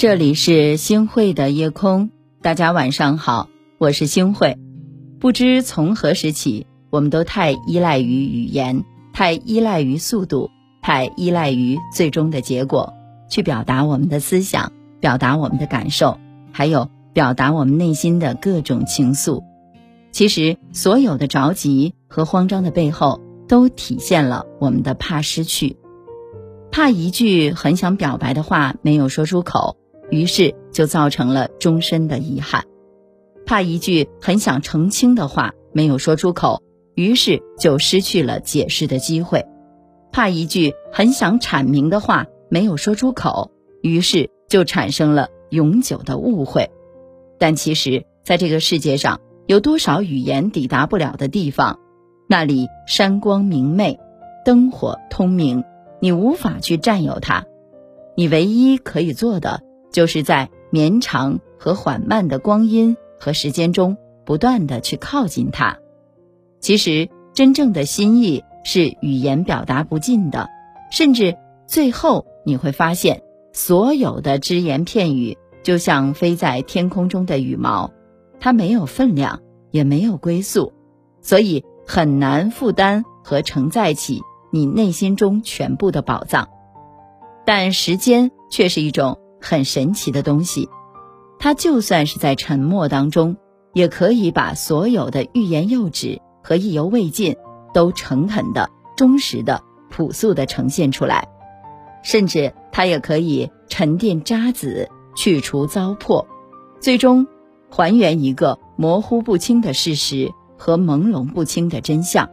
这里是星慧的夜空，大家晚上好，我是星慧。不知从何时起，我们都太依赖于语言，太依赖于速度，太依赖于最终的结果，去表达我们的思想，表达我们的感受，还有表达我们内心的各种情愫。其实所有的着急和慌张的背后，都体现了我们的怕失去，怕一句很想表白的话没有说出口，于是就造成了终身的遗憾；怕一句很想澄清的话没有说出口，于是就失去了解释的机会；怕一句很想阐明的话没有说出口，于是就产生了永久的误会。但其实在这个世界上，有多少语言抵达不了的地方，那里山光明媚，灯火通明，你无法去占有它。你唯一可以做的，就是在绵长和缓慢的光阴和时间中不断地去靠近它。其实真正的心意是语言表达不尽的，甚至最后你会发现，所有的只言片语就像飞在天空中的羽毛，它没有分量，也没有归宿，所以很难负担和承载起你内心中全部的宝藏。但时间却是一种很神奇的东西，它就算是在沉默当中，也可以把所有的欲言又止和意犹未尽都诚恳的、忠实的、朴素的呈现出来，甚至它也可以沉淀渣滓，去除糟粕，最终还原一个模糊不清的事实和朦胧不清的真相。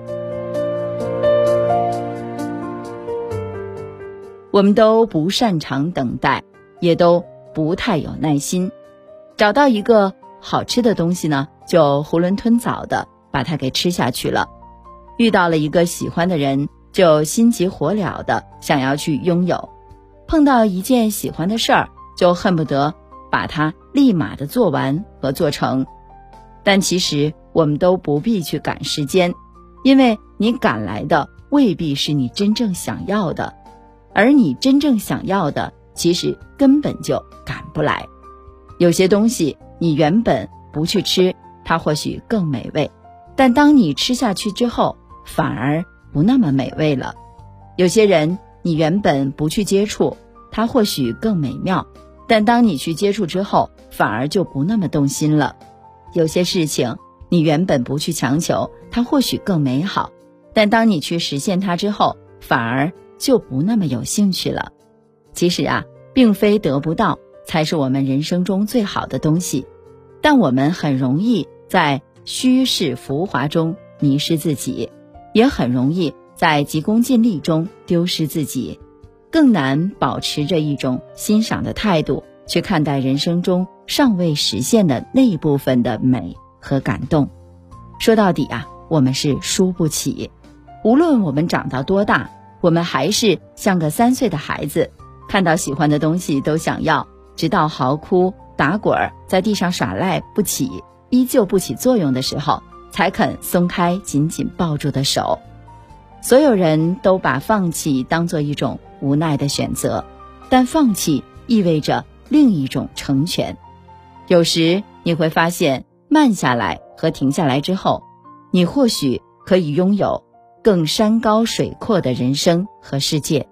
我们都不擅长等待，也都不太有耐心，找到一个好吃的东西呢，就囫囵吞枣的把它给吃下去了；遇到了一个喜欢的人，就心急火燎的想要去拥有；碰到一件喜欢的事儿，就恨不得把它立马的做完和做成。但其实我们都不必去赶时间，因为你赶来的未必是你真正想要的，而你真正想要的其实根本就赶不来。有些东西你原本不去吃，它或许更美味，但当你吃下去之后，反而不那么美味了。有些人你原本不去接触，它或许更美妙，但当你去接触之后，反而就不那么动心了。有些事情你原本不去强求，它或许更美好，但当你去实现它之后，反而就不那么有兴趣了。其实啊，并非得不到才是我们人生中最好的东西，但我们很容易在虚饰浮华中迷失自己，也很容易在急功近利中丢失自己，更难保持着一种欣赏的态度去看待人生中尚未实现的那一部分的美和感动。说到底啊，我们是输不起。无论我们长到多大，我们还是像个3岁的孩子，看到喜欢的东西都想要，直到嚎哭打滚在地上耍赖不起，依旧不起作用的时候，才肯松开紧紧抱住的手。所有人都把放弃当作一种无奈的选择，但放弃意味着另一种成全。有时你会发现，慢下来和停下来之后，你或许可以拥有更山高水阔的人生和世界。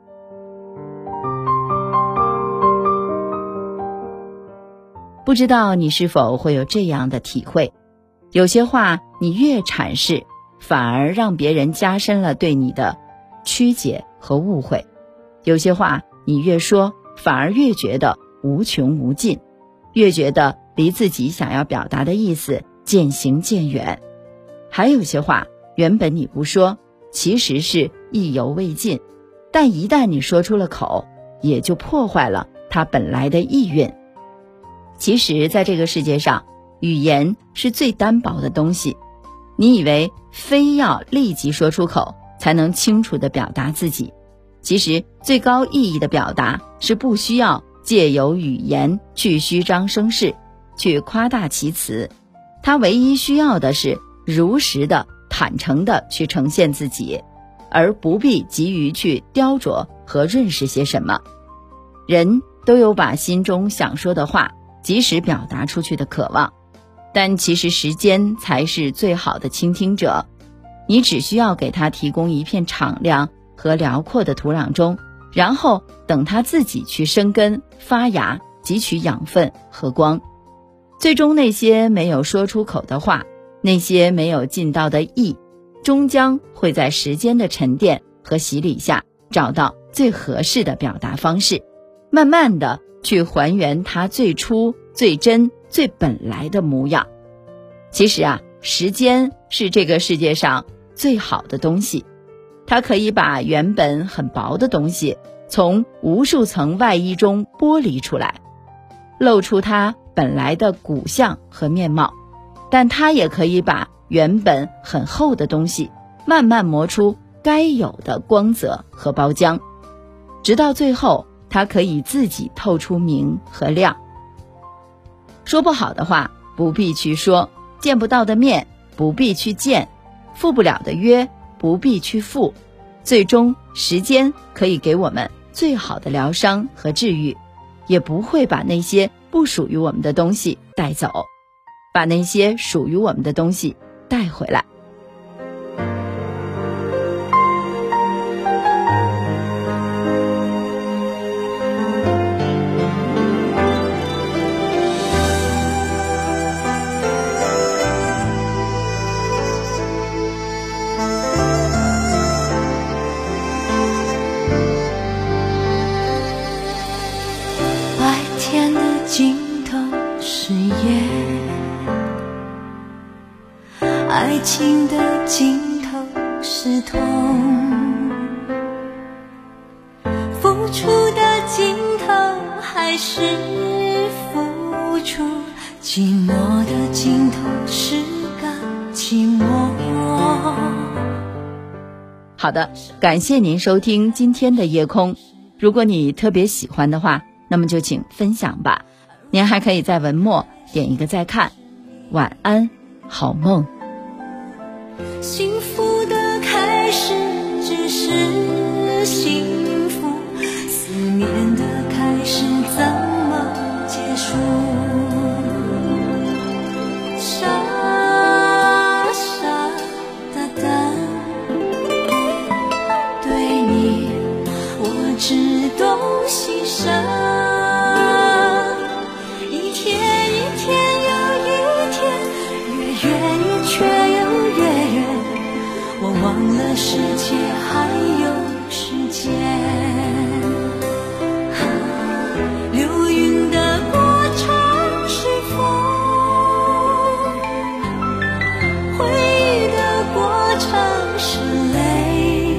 不知道你是否会有这样的体会，有些话你越阐释，反而让别人加深了对你的曲解和误会；有些话你越说，反而越觉得无穷无尽，越觉得离自己想要表达的意思渐行渐远；还有些话原本你不说，其实是意犹未尽，但一旦你说出了口，也就破坏了它本来的意蕴。其实在这个世界上，语言是最单薄的东西，你以为非要立即说出口才能清楚地表达自己，其实最高意义的表达是不需要借由语言去虚张声势，去夸大其词，它唯一需要的是如实的、坦诚的去呈现自己，而不必急于去雕琢和润饰些什么。人都有把心中想说的话及时表达出去的渴望，但其实时间才是最好的倾听者。你只需要给它提供一片敞亮和辽阔的土壤中，然后等它自己去生根发芽，汲取养分和光。最终那些没有说出口的话，那些没有尽到的意，终将会在时间的沉淀和洗礼下找到最合适的表达方式，慢慢的去还原它最初最真最本来的模样。其实啊，时间是这个世界上最好的东西，它可以把原本很薄的东西从无数层外衣中剥离出来，露出它本来的骨相和面貌，但它也可以把原本很厚的东西慢慢磨出该有的光泽和包浆，直到最后它可以自己透出明和亮。说不好的话不必去说，见不到的面不必去见，赴不了的约不必去赴，最终时间可以给我们最好的疗伤和治愈，也不会把那些不属于我们的东西带走，把那些属于我们的东西带回来。 天的尽头是夜，爱情的尽头是痛，付出的尽头还是付出，寂寞的尽头是个寂寞。 好的，感谢您收听今天的夜空。如果你特别喜欢的话，那么就请分享吧。您还可以在文末点一个再看。晚安，好梦。 幸福的开始只是幸福，思念的开始怎么结束？傻傻的等，对你我只懂牺牲。忘了世界还有时间，流云的过程是风，回忆的过程是泪，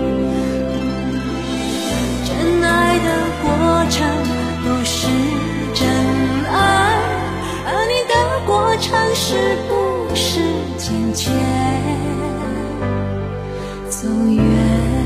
真爱的过程都是真爱，而你的过程是不是渐渐走远？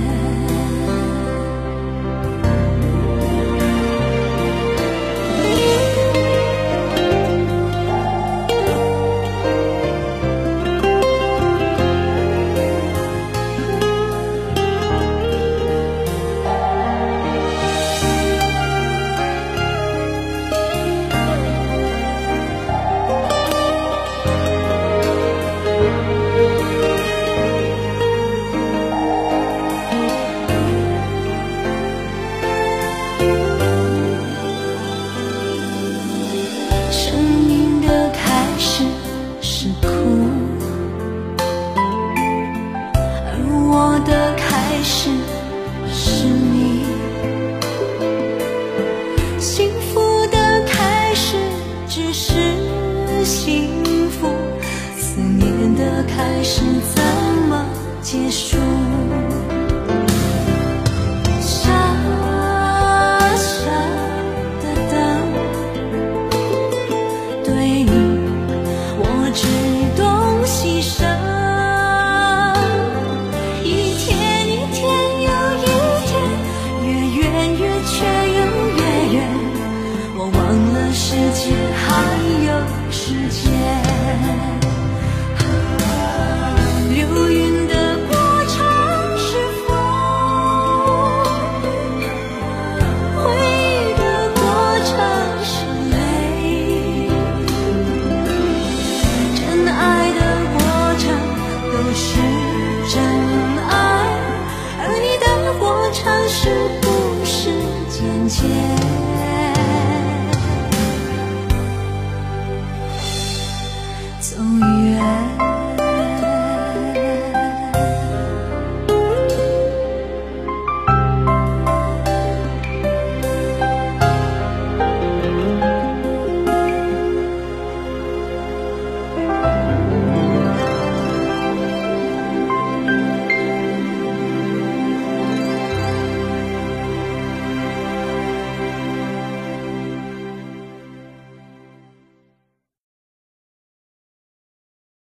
开始怎么结束？傻傻的等，对你我只懂牺牲。一天一天又一天，越远越却又越远，我忘了世界还有时间。流云的过程见。